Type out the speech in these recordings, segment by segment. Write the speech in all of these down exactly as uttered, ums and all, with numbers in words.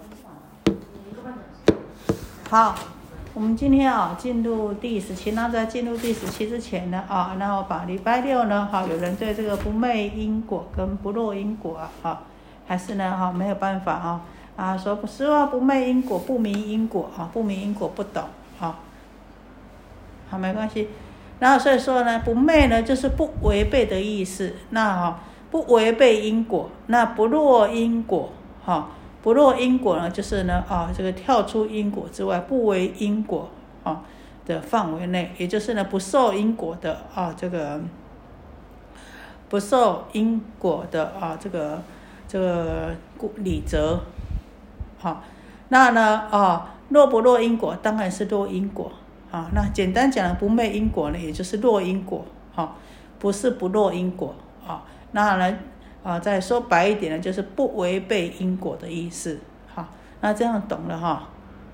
好，我们今天啊进入第十七，那在进入第十七之前呢啊，那我把礼拜六呢，哈，有人对这个不昧因果跟不落因果啊，哈，还是呢哈没有办法啊啊说不是啊不昧因果不明因果啊不明因果不懂啊，好没关系。然后所以说呢，不昧呢就是不违背的意思，那哈不违背因果，那不落因果哈。不落因果呢，就是呢啊，这个跳出因果之外，不为因果啊的范围内，也就是呢不受因果的啊这个不受因果的啊这个这个理则，好、啊，那呢啊落不落因果，当然是落因果啊。那简单讲的不昧因果呢，也就是落因果，好、啊，不是不落因果啊。那呢。啊，再说白一点呢，就是不违背因果的意思。好，那这样懂了哈。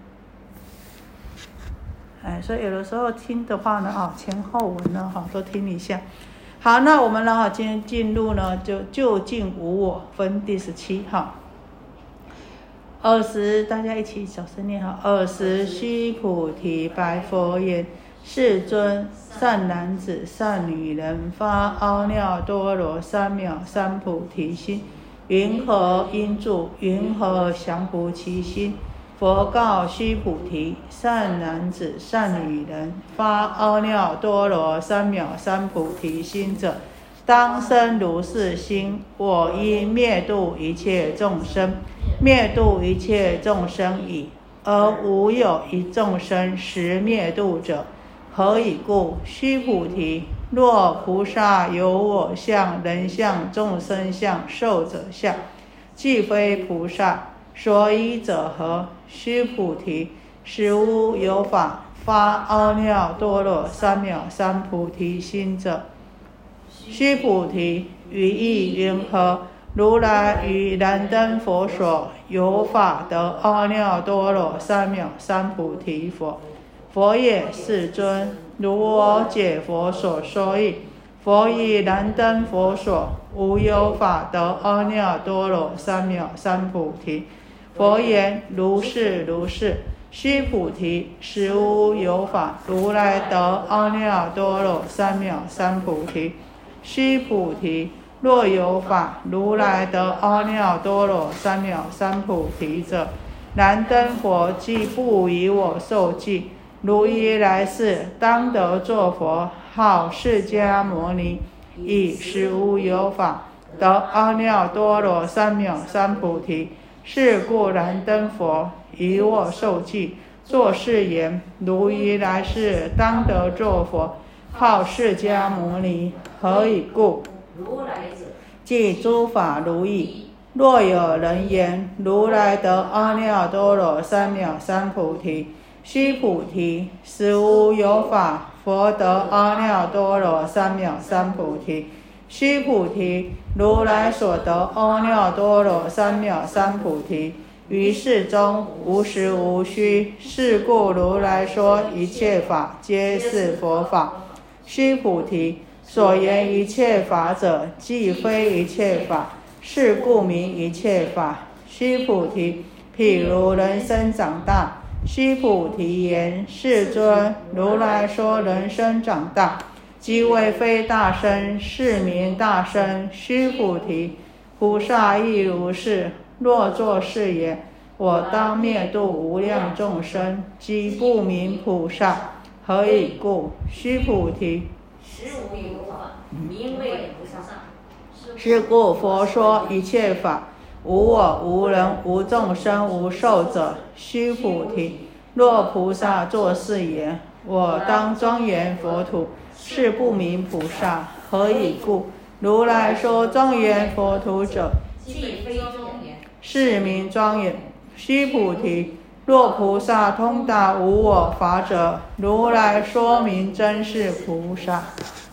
哎，所以有的时候听的话呢，啊，前后文呢，哈，都听一下。好，那我们呢，哈，今天进入呢，就究竟无我分第十七哈。二十，大家一起小声念哈。二十，须菩提，白佛言：世尊，善男子、善女人发阿耨多罗三藐三菩提心，云何应住？云何降伏其心？佛告须菩提：善男子、善女人发阿耨多罗三藐三菩提心者，当生如是心：我应灭度一切众生，灭度一切众生已，而无有一众生实灭度者。何以故？须菩提，若菩萨有我相、人相、众生相、寿者相，即非菩萨，所以者何？须菩提，实无有法发阿耨多罗三藐三菩提心者。须菩提，于意云何？如来于燃灯佛所有法得阿耨多罗三藐三菩提佛。佛也，世尊，如我解佛所说义，佛以燃灯佛所无有法得阿耨多罗三藐三菩提。佛言：如是如是。须菩提，实无有法如来得阿耨多罗三藐三菩提。须菩提，若有法如来得阿耨多罗三藐三菩提者，燃灯佛既不以我受记，如于来世当得作佛，号释迦牟尼，以实无有法得阿耨多罗三藐三菩提。是故燃灯佛以我受记，作是言：如于来世当得作佛，号释迦牟尼。何以故？如来者，即诸法如意。若有人言：如来得阿耨多罗三藐三菩提。须菩提，实无有法佛得阿耨多罗三藐三菩提。须菩提，如来所得阿耨多罗三藐三菩提，于世中无实无虚。是故如来说一切法皆是佛法。须菩提，所言一切法者，即非一切法，是故名一切法。须菩提，譬如人生长大。须菩提言：世尊，如来说人生长大，即为非大生，是名大生。须菩提，菩萨亦如是。若作是言：我当灭度无量众生，即不名菩萨。何以故？须菩提，实无有法名为菩萨。是故佛说一切法无我无人无众生无寿者。须菩提，若菩萨作是言：我当庄严佛土，是不名菩萨。何以故？如来说庄严佛土者，即非庄严，是名庄严。须菩提，若菩萨通达无我法者，如来说明真是菩萨。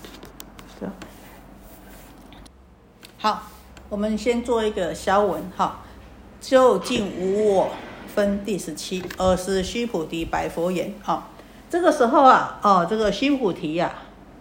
好，我们先做一个消文哈。究竟无我分第十七。尔时须菩提白佛言：啊，这个时候啊，哦，这个须菩提呀、啊，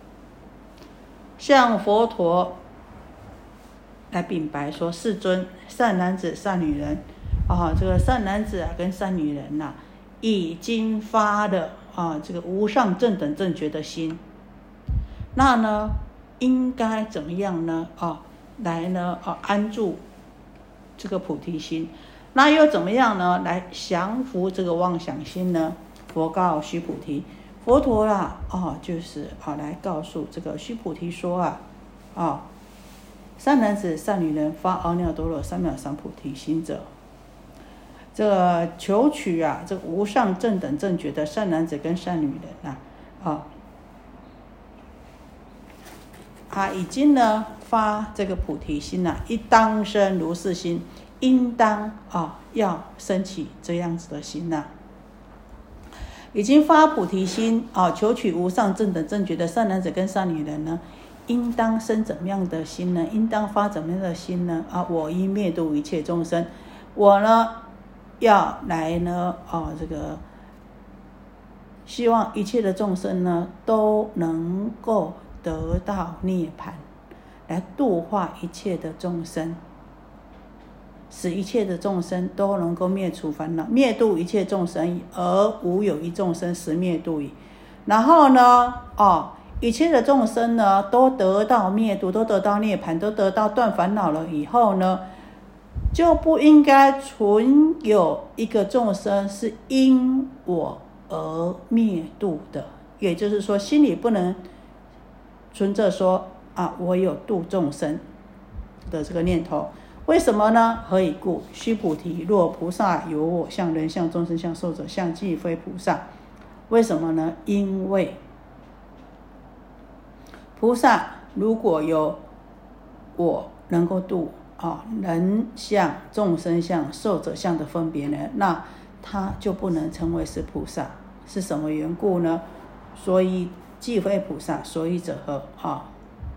向佛陀来禀白说：世尊，善男子、善女人啊，这个善男子啊跟善女人呐、啊，已经发了啊这个无上正等正觉的心，那呢应该怎么样呢？啊，来呢啊安住这个菩提心，那又怎么样呢？来降伏这个妄想心呢？佛告须菩提，佛陀啦，哦，就是啊来告诉这个须菩提说啊，啊，善男子善女人发阿耨多罗三藐三菩提心者，这个求取啊这个无上正等正觉的善男子跟善女人啊，啊。啊，已经呢发这个菩提心了、啊，一当生如是心，应当啊要升起这样子的心呐、啊。已经发菩提心啊，求取无上正等正觉的善男子跟善女人呢，应当生怎么样的心呢？应当发怎么样的心呢？啊，我应灭度一切众生，我呢要来呢啊这个希望一切的众生呢都能够得到涅槃，来度化一切的众生，使一切的众生都能够灭除烦恼，灭度一切众生，而无有一众生实灭度矣。然后呢，哦，一切的众生呢都得到灭度，都得到涅槃，都得到断烦恼了以后呢，就不应该存有一个众生是因我而灭度的。也就是说，心里不能存着说啊，我有度众生的这个念头。为什么呢？何以故？须菩提，若菩萨有我相、人相、众生相、寿者相，即非菩萨。为什么呢？因为菩萨如果有我能够度啊人相、众生相、寿者相的分别呢，那他就不能成为是菩萨。是什么缘故呢？所以即非菩萨，所以者何啊？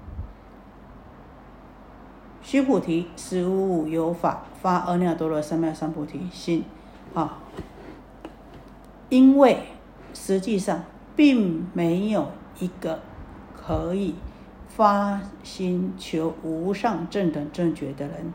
须菩提，实无有法发阿耨多罗三藐三菩提心啊！因为实际上并没有一个可以发心求无上正等正觉的人。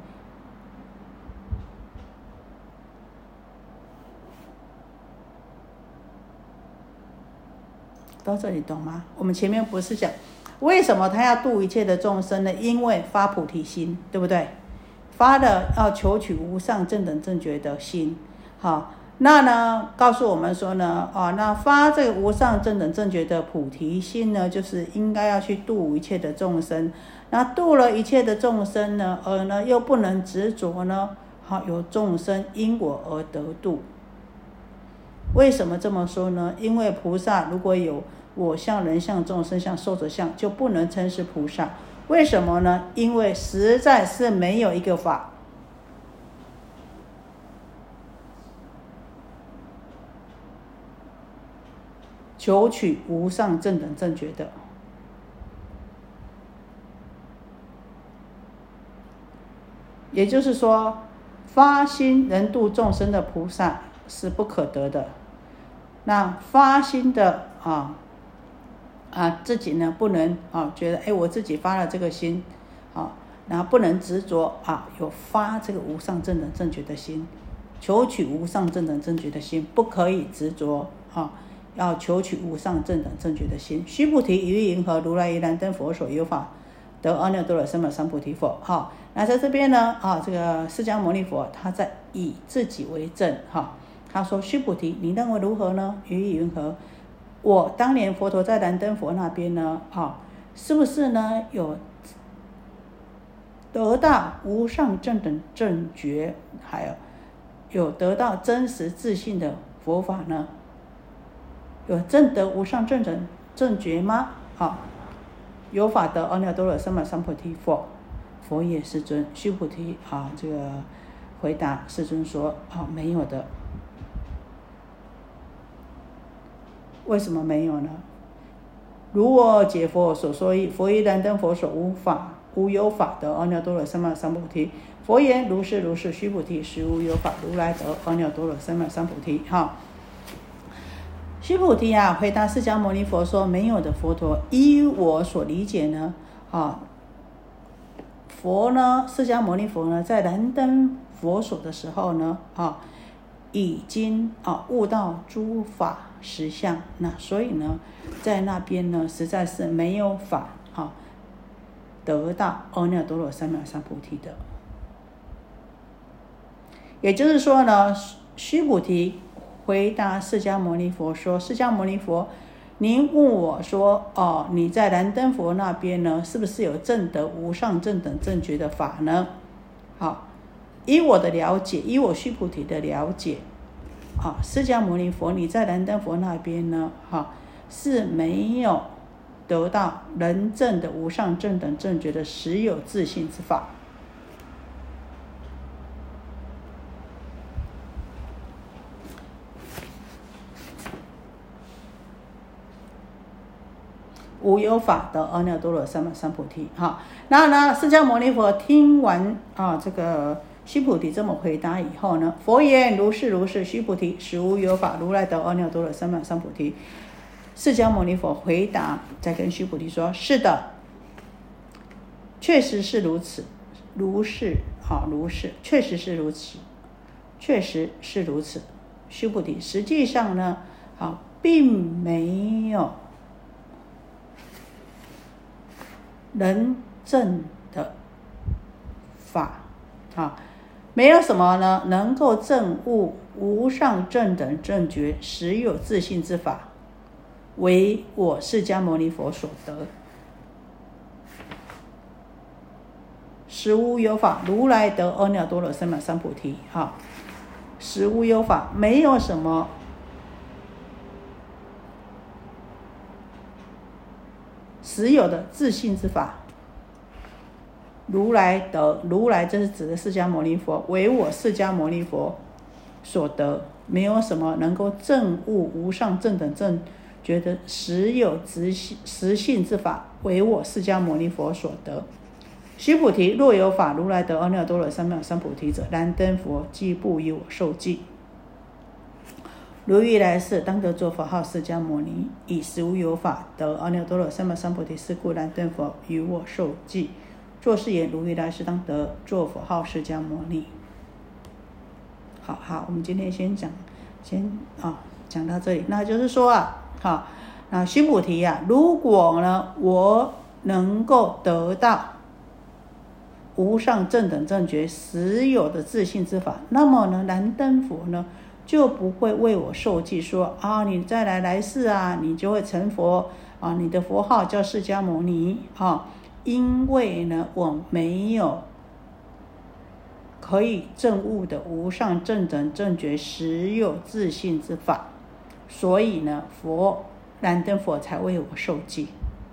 到这里懂吗？我们前面不是讲为什么他要度一切的众生呢？因为发菩提心，对不对？发了要求取无上正等正觉的心。好，那呢告诉我们说呢，啊，那发这个无上正等正觉的菩提心呢，就是应该要去度一切的众生。那度了一切的众生呢，而呢又不能执着呢，好，有众生因我而得度。为什么这么说呢？因为菩萨如果有我相、人相、众生相、寿者相，就不能称是菩萨。为什么呢？因为实在是没有一个法求取无上正等正觉的。也就是说，发心能度众生的菩萨是不可得的。那发心的啊啊自己呢不能啊觉得哎我自己发了这个心啊，然后不能执着啊有发这个无上正等正觉的心，求取无上正等正觉的心不可以执着啊，要求取无上正等正觉的心。须菩提，于云何？如来于燃灯佛所有法得阿耨多罗三藐三菩提否？好，那在这边呢啊，这个释迦牟尼佛他在以自己为证哈。他说：“须菩提，你认为如何呢？于云何？我当年佛陀在燃灯佛那边呢，啊，是不是呢有得到无上正等正觉，还有有得到真实自信的佛法呢？有证得无上正等正觉吗？啊，有法得阿耨多罗三藐三菩提否？佛也，世尊。须菩提啊，这个回答世尊说啊，没有的。”为什么没有呢？如我解佛所说义，佛于燃灯佛所无法无有法得阿耨多罗三藐三菩提。佛言：如是如是，须菩提，实无有法如来得阿耨多罗三藐三菩提。哈，须菩提啊，回答释迦牟尼佛说：没有的，佛陀。依我所理解呢，啊， 佛呢，释迦牟尼佛呢，在燃灯佛所的时候呢，啊，已经啊悟到诸法实相，那所以呢，在那边呢，实在是没有法啊得到阿耨多罗三藐三菩提的。也就是说呢，须菩提回答释迦牟尼佛说：“释迦牟尼佛，您问我说，哦，你在燃灯佛那边呢，是不是有证得无上正等正觉的法呢？好，以我的了解，以我须菩提的了解，啊，释迦牟尼佛，你在燃灯佛那边呢，哈，是没有得到人证的无上正等正觉的实有自性之法。”无有法得阿耨多罗三藐三菩提。哈，然后呢，释迦牟尼佛听完啊这个须菩提这么回答以后呢，佛言：如是如是，须菩提，实无有法如来得阿耨多罗三藐三菩提。释迦牟尼佛回答，再跟须菩提说：是的，确实是如此，如是啊，如是，确实是如此，确实是如此。须菩提，实际上呢，啊，并没有人证的法，啊，没有什么呢能够证悟无上正等正觉实有自性之法，为我释迦牟尼佛所得。实无有法如来得阿耨多罗三藐三菩提。啊，实无有法，没有什么实有的自性之法，如来得，如来这是指的释迦牟尼佛，为我释迦牟尼佛所得，没有什么能够证悟无上正等正觉的实有实性之法，为我释迦牟尼佛所得。须菩提，若有法如来得阿耨多罗三藐三菩提者，燃灯佛既不以我受记。如欲来世，当得作佛号释迦牟尼，以实无有法得阿耨多罗三藐三菩提，是故燃灯佛与我受记。作是言：如欲来世，当得作佛号释迦牟尼。好好，我们今天先讲，先啊讲到这里。那就是说啊，好，那须菩提啊，如果呢我能够得到无上正等正觉实有的自性之法，那么呢，燃灯佛呢就不会为我受记说啊，你再来来世啊，你就会成佛啊，你的佛号叫释迦牟尼啊，因为呢，我没有可以证悟的无上正等正觉实有自性之法，所以呢，佛燃灯佛才为我受记。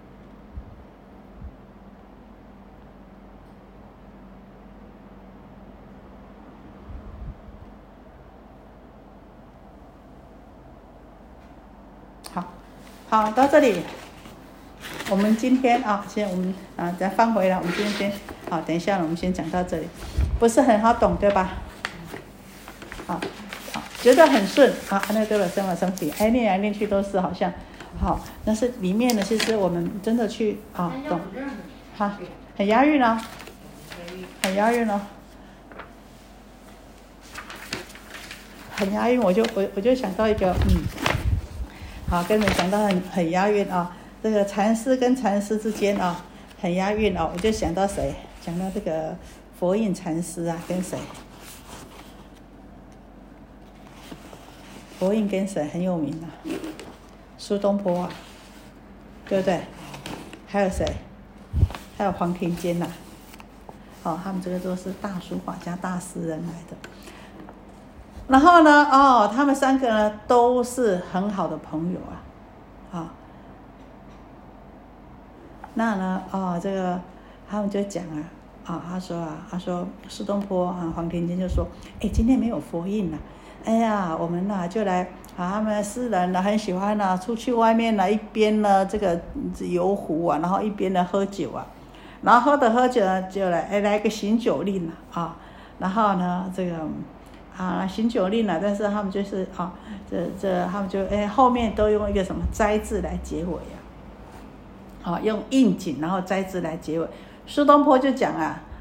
好，好，到这里，我们今天啊，先我们啊再翻回来，我们今天先好，等一下我们先讲到这里，不是很好懂对吧？好，好，觉得很顺啊，那对了，三藐三菩提，哎，念来念去都是好像好，但是里面呢，其实我们真的去啊懂，好，很押韵哦，很押韵哦。很押韵，我就我我就想到一个，嗯，好，跟你们讲到很很押韵啊，这个禅师跟禅师之间啊，很押韵哦，我就想到谁？讲到这个佛印禅师啊，跟谁？佛印跟谁很有名啊？苏东坡啊，对不对？还有谁？还有黄庭坚呐、啊，哦，他们这个都是大书法家、大诗人来的。然后呢，哦，他们三个呢都是很好的朋友啊，啊、哦，那呢，哦，这个他们就讲啊，啊、哦，他说啊，他说苏东坡啊，黄庭坚就说，哎，今天没有佛印了、啊，哎呀，我们呐、啊、就来啊，他们诗人呢很喜欢呢、啊，出去外面呢一边呢这个游湖啊，然后一边呢喝酒啊，然后喝着喝酒呢就来哎来个行酒令啊，啊，然后呢这个。啊，行酒令了、啊，但是他们就是啊，这这他们就哎后面都用一个什么斋字来结尾啊，啊用应景然后斋字来结尾。苏东坡就讲啊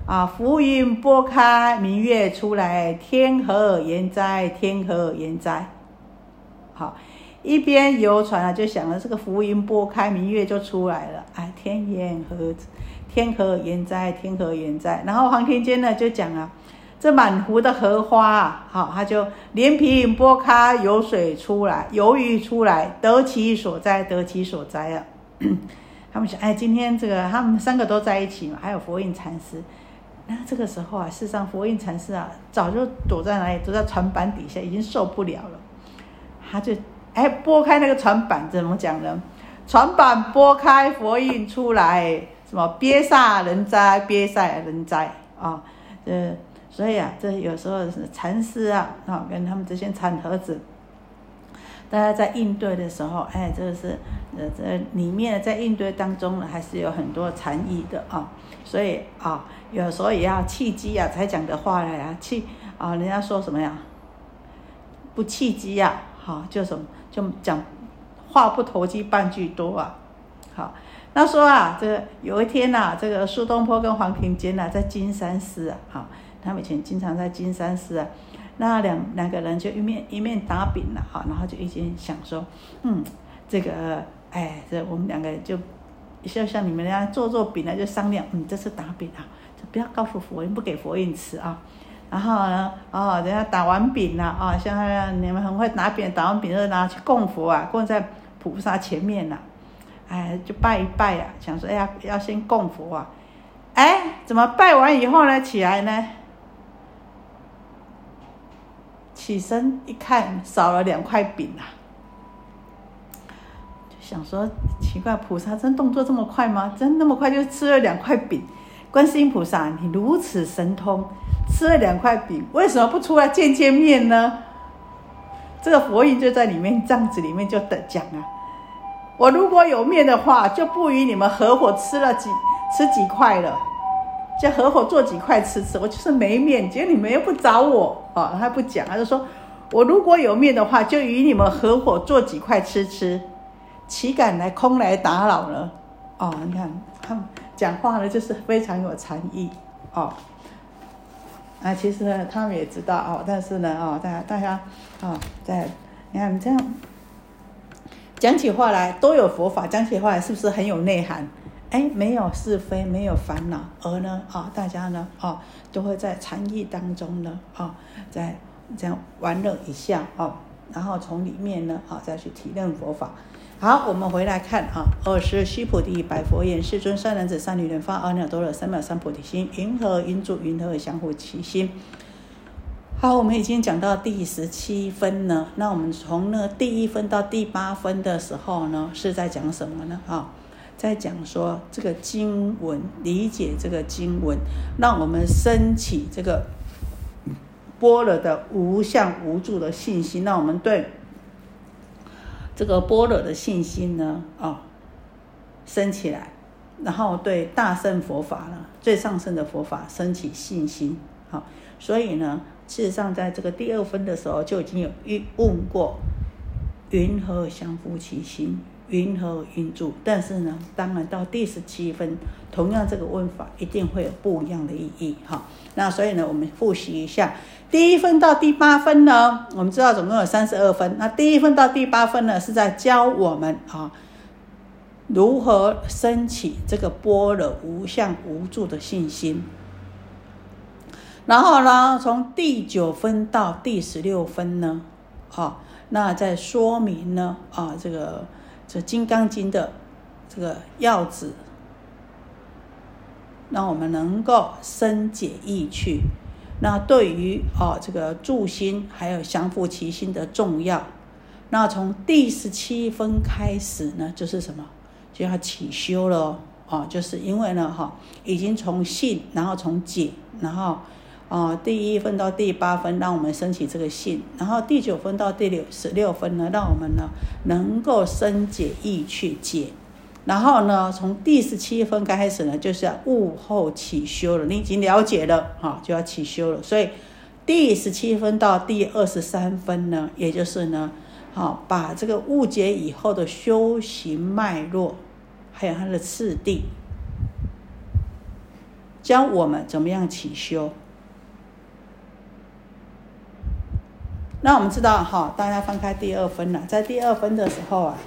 啊，浮云拨开，明月出来，天何言哉？天何言哉？好，一边游船啊，就想了这个浮云拨开，明月就出来了。哎，天言何天何言哉？天何言哉？然后黄庭坚呢就讲啊，这满湖的荷花啊，好，他就连屏拨开，有水出来，有雨出来，得其所在，得其所在啊。他们想，哎，今天这个他们三个都在一起嘛，还有佛印禅师。那这个时候啊，事实上佛印禅师啊，早就躲在哪里？躲在船板底下，已经受不了了。他就哎拨开那个船板，怎么讲呢？船板拨开，佛印出来，什么憋煞人哉，憋煞人哉啊！这所以啊，这有时候是禅师啊，啊，跟他们这些禅和子，大家在应对的时候，哎，这个是呃，这里面在应对当中呢，还是有很多禅意的啊。所以啊，有时候也要契机啊，才讲的话来啊，契啊，人家说什么呀？不契机啊，好，就什么就讲话不投机半句多啊。好，那说啊，这个有一天呐、啊，这个苏东坡跟黄庭坚呐、啊，在金山寺啊，好，他们以前经常在金山寺啊。那两两个人就一面一面打饼了哈，然后就一边想说，嗯，这个，哎，这我们两个就就像你们那样做做饼呢，就商量，嗯，这次打饼啊，就不要告诉佛印，不给佛印吃啊。然后呢，哦，等下打完饼了啊，像你们很会打饼，打完饼就拿去供佛啊，供在菩萨前面了，哎，就拜一拜啊，想说，哎呀，要先供佛啊，哎，怎么拜完以后呢，起来呢？起身一看，少了两块饼啊！就想说奇怪，菩萨真动作这么快吗？真那么快就吃了两块饼？观世音菩萨，你如此神通，吃了两块饼，为什么不出来见见面呢？这个佛印就在里面帐子里面就等讲啊，我如果有面的话，就不与你们合伙吃了几吃几块了。就合伙做几块吃吃，我就是没面，结果你们又不找我啊，他不讲，他就说我如果有面的话，就与你们合伙做几块吃吃，岂敢来空来打扰呢？哦，你看他们讲话呢，就是非常有禅意哦。啊，其实呢，他们也知道哦，但是呢，哦，大家大家哦，在你看这样讲起话来都有佛法，讲起话来是不是很有内涵？哎，没有是非，没有烦恼，而呢，啊，大家呢，啊，都会在禅意当中呢，啊，在这样玩乐一下，啊，然后从里面呢，啊，再去体认佛法。好，我们回来看啊，二十须菩提，白佛言：世尊，善男子、善女人发阿耨多罗三藐三菩提心，云何云住？云何降伏其心？好，我们已经讲到第十七分呢，那我们从呢第一分到第八分的时候呢，是在讲什么呢？啊？在讲说这个经文，理解这个经文，让我们升起这个般若的无相无住的信心，让我们对这个般若的信心呢，哦，升起来，然后对大乘佛法呢，最上乘的佛法升起信心。好，所以呢，事实上在这个第二分的时候就已经有问过，云何降伏其心？云何云住？但是呢，当然到第十七分，同样这个问法一定会有不一样的意义哈。那所以呢，我们复习一下，第一分到第八分呢，我们知道总共有三十二分。那第一分到第八分呢，是在教我们啊如何升起这个般若无相无住的信心。然后呢，从第九分到第十六分呢，啊，那在说明呢啊这个。这《金刚经》的这个要旨，让我们能够深解意趣。那对于哦这个住心还有降伏其心的重要，那从第十七分开始呢，就是什么？就要起修了哦，哦就是因为呢哈、哦，已经从信，然后从解，然后。哦，第一分到第八分，让我们升起这个信；然后第九分到第六十六分呢，让我们呢能够深解意去解。然后呢，从第十七分开始呢，就是要悟后起修了。你已经了解了，哈、哦，就要起修了。所以第十七分到第二十三分呢，也就是呢，好、哦、把这个悟解以后的修行脉络，还有它的次第。 教我们怎么样起修。那我们知道哈，大家翻开第二分了，在第二分的时候啊，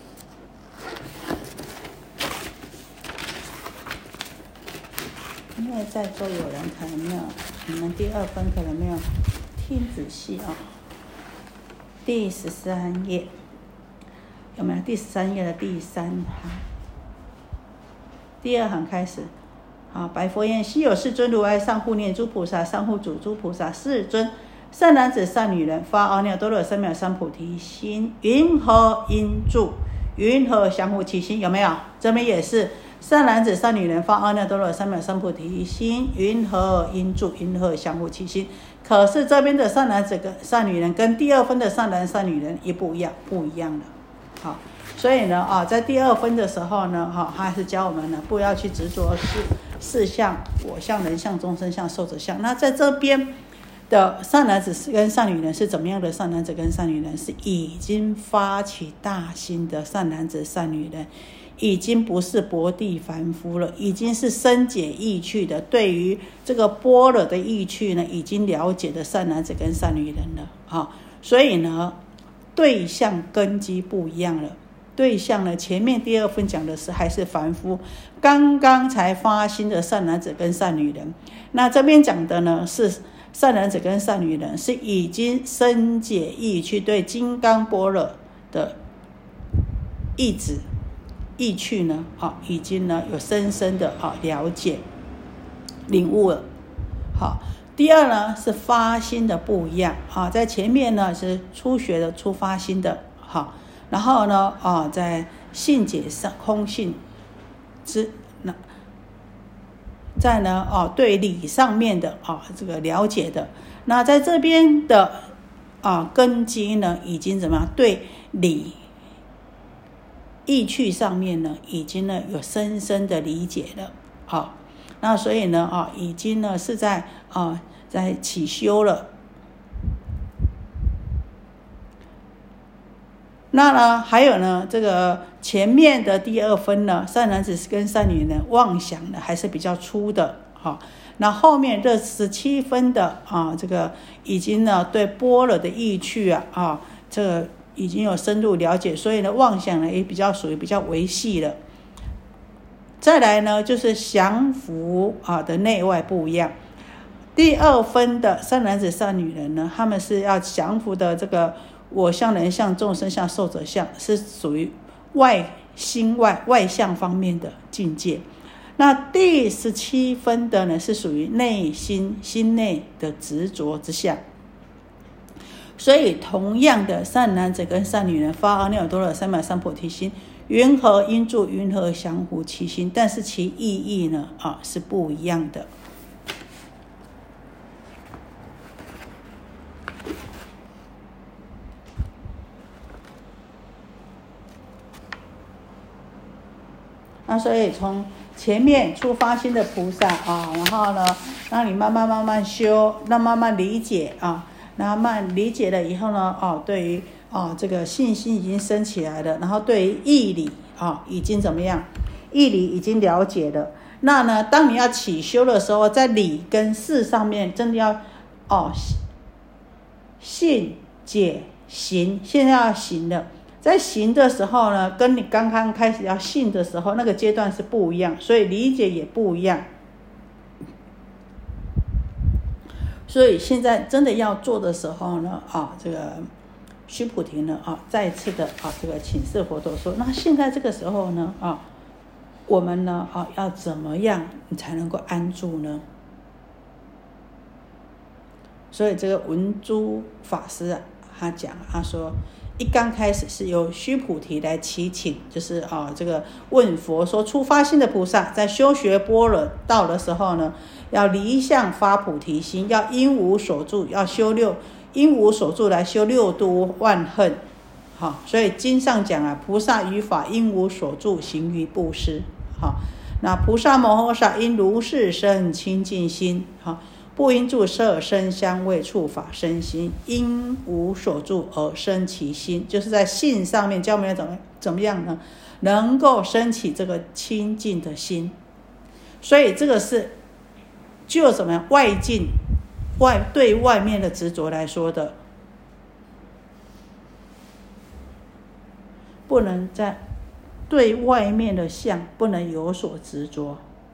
因为在座有人可能没有，你们第二分可能没有听仔细啊、哦。第十三页有没有？第十三页的第三行，第二行开始。好，白佛言：昔有世尊如来上护念诸菩萨，上护主诸菩萨。世尊，善男子善女人发阿耨多罗三藐三菩提心，云何应住？云何降伏其心？有没有？这边也是善男子善女人发阿耨多罗三藐三菩提心，云何应住？云何降伏其心？可是这边的善男子跟善女人跟第二分的善男善女人也不一样，不一样的。好，所以呢，啊，在第二分的时候呢，哈，他还是教我们呢，不要去执着事事相、我相、人相、众生相、寿者相。那在这边的善男子跟善女人是怎么样的？善男子跟善女人是已经发起大心的善男子善女人，已经不是薄地凡夫了，已经是深解意趣的，对于这个般若的意趣呢，已经了解的善男子跟善女人了。好，所以呢，对象根基不一样了。对象呢，前面第二分讲的是还是凡夫，刚刚才发心的善男子跟善女人。那这边讲的呢，是善男子跟善女人是已经深解意趣，对金刚般若的意旨意趣呢，啊，已经呢有深深的啊了解领悟了。好，第二呢是发心的不一样啊，在前面呢是初学的初发心的，好，然后呢啊在性解上空性之那。在呢，哦，对理上面的啊、哦，这个了解的，那在这边的啊根基呢，已经怎么样？对理意趣上面呢，已经呢有深深的理解了，好、哦，那所以呢，啊、哦，已经呢是在啊、哦、在起修了。那呢，还有呢，这个前面的第二分呢，善男子跟善女人妄想呢还是比较粗的，哈。那后面这十七分的啊，这个已经呢对般若的意趣啊啊，这个已经有深入了解，所以呢妄想呢也比较属于比较微细了。再来呢就是降伏啊的内外不一样。第二分的善男子善女人呢，他们是要降伏的这个。我相、人相、众生相、寿者相是属于外心外外相方面的境界。那第十七分的呢，是属于内心心内的执着之相。所以同样的善男子跟善女人发阿耨多罗三藐三菩提心，云何应住？云何降伏其心？但是其意义呢啊是不一样的。那所以从前面出发心的菩萨啊，然后呢，让你慢慢慢慢修，那慢慢理解啊，那慢慢理解了以后呢，哦，对于哦这个信心已经升起来了，然后对于义理啊已经怎么样？义理已经了解了。那呢，当你要起修的时候，在理跟事上面真的要哦信解行，现在要行了。在行的时候呢，跟你刚刚开始要信的时候那个阶段是不一样，所以理解也不一样。所以现在真的要做的时候呢，啊，这个须菩提呢，啊，再次的啊，这个请示佛陀说，那现在这个时候呢，啊，我们呢，啊，要怎么样你才能够安住呢？所以这个文殊法师啊，他讲，他说。一刚开始是由须菩提来祈请，就是啊，这个问佛说，出发心的菩萨在修学般若道的时候呢，要离相发菩提心，要因无所住，要修六因无所住来修六度万恨。好，所以经上讲啊，菩萨于法因无所住，行于布施。好，那菩萨摩诃萨因如是生清净心。好。不因住色声香味触法身心，因无所住而生其心，就是在性上面教我们怎么怎么样呢？能够升起这个清净的心。所以这个是就什么样外境外对外面的执着来说的，不能在对外面的相不能有所执着，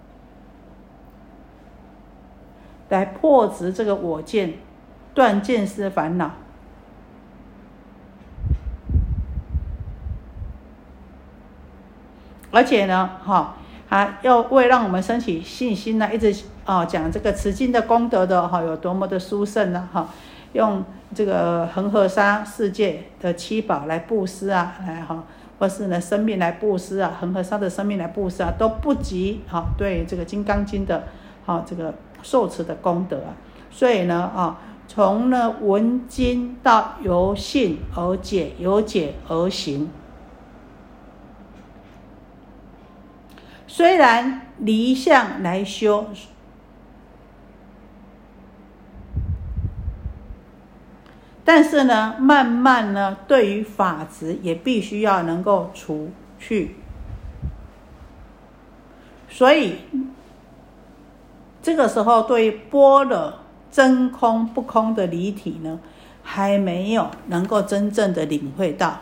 来破执这个我见，断见思烦恼。而且呢，哈，还要为让我们升起信心呢，一直啊讲这个持经的功德的哈，有多么的殊胜呢？哈，用这个恒河沙世界的七宝来布施啊，来哈，或是呢生命来布施啊，恒河沙的生命来布施啊，都不及哈对这个金刚经的哈这个受持的功德啊。所以呢啊，从呢闻经到由信而解，由解而行。虽然离相来修，但是呢，慢慢呢，对于法执也必须要能够除去。所以这个时候，对于般若真空不空的离体呢，还没有能够真正的领会到。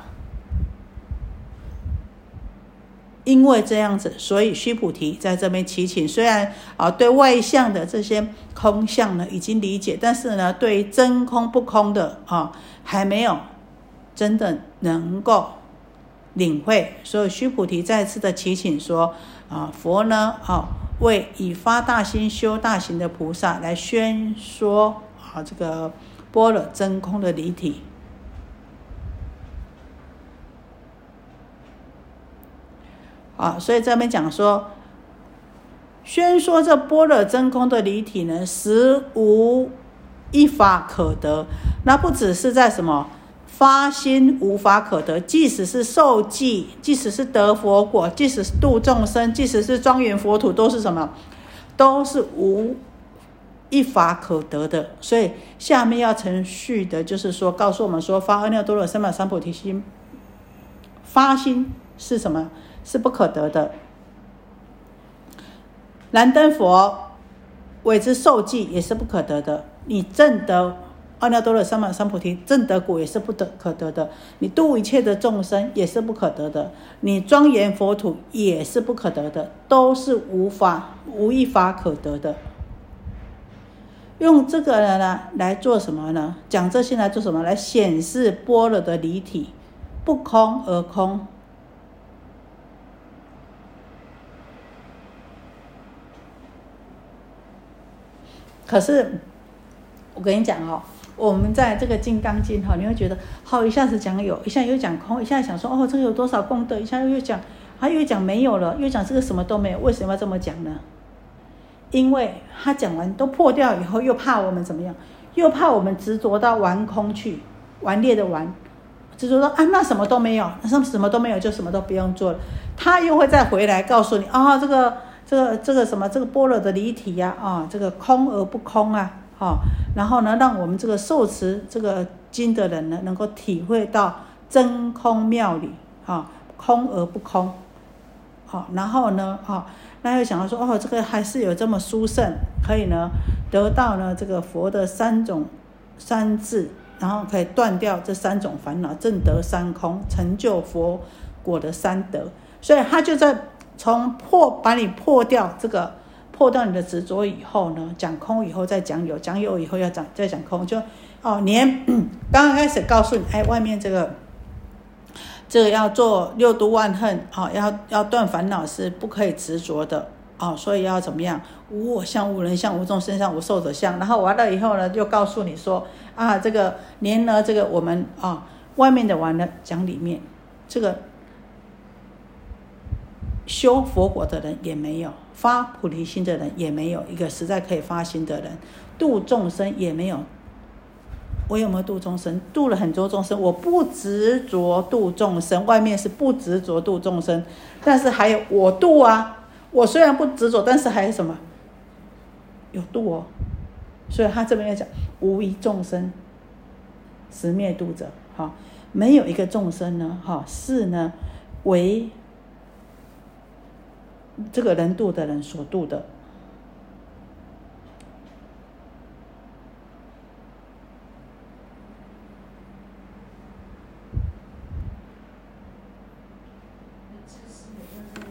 因为这样子，所以须菩提在这边祈请，虽然啊对外相的这些空相呢已经理解，但是呢对于真空不空的啊还没有真的能够领会，所以须菩提再次的祈请说啊佛呢啊为以发大心修大行的菩萨来宣说啊这个般若真空的离体。啊，所以这边讲说，宣说这般若真空的离体呢，实无一法可得。那不只是在什么发心无法可得，即使是受记，即使是得佛果，即使是度众生，即使是庄严佛土，都是什么？都是无一法可得的。所以下面要程序的，就是说告诉我们说，发阿耨多罗三藐三菩提心，发心是什么？是不可得的。燃灯佛为之受记也是不可得的。你证得阿耨多罗三藐三菩提证得果也是不得可得的。你度一切的众生也是不可得的。你庄严佛土也是不可得的，都是无法无一法可得的。用这个呢来做什么呢？讲这些来做什么？来显示般若的离体，不空而空。可是我跟你讲哦，我们在这个金刚经哈，你会觉得好，一下子讲有，一下又讲空，一下想说哦这个有多少功德，一下又讲，还又讲没有了，又讲这个什么都没有。为什么要这么讲呢？因为他讲完都破掉以后，又怕我们怎么样？又怕我们执着到玩空去，顽劣的玩，执着说啊那什么都没有，那什么都没有就什么都不用做了。他又会再回来告诉你啊、哦、这个。这个这个什么这个般若的离体呀、啊，啊，这个空而不空啊，啊，然后呢，让我们这个受持这个经的人呢，能够体会到真空妙理啊，空而不空，好、啊，然后呢，啊，那又想到说，哦，这个还是有这么殊胜，可以呢得到呢这个佛的三种三智，然后可以断掉这三种烦恼，证得三空，成就佛果的三德，所以他就在。从破把你破掉这个破掉你的执着以后呢，讲空以后再讲有，讲有以后要讲再讲空，就哦连刚刚开始告诉你，哎，外面这个这个要做六度万恨啊、哦，要要断烦恼是不可以执着的哦，所以要怎么样？无我相、无人相、无众生相、无寿者相。然后完了以后呢，就告诉你说啊，这个连呢这个我们啊、哦、外面的完了讲里面这个。修佛果的人也没有，发菩提心的人也没有，一个实在可以发心的人，度众生也没有。我有没有度众生？度了很多众生，我不执着度众生，外面是不执着度众生，但是还有我度啊。我虽然不执着，但是还有什么？有度哦。所以他这边要讲无一众生实灭度者，哈，没有一个众生呢，哈，是呢为这个人度的人所度的， 就是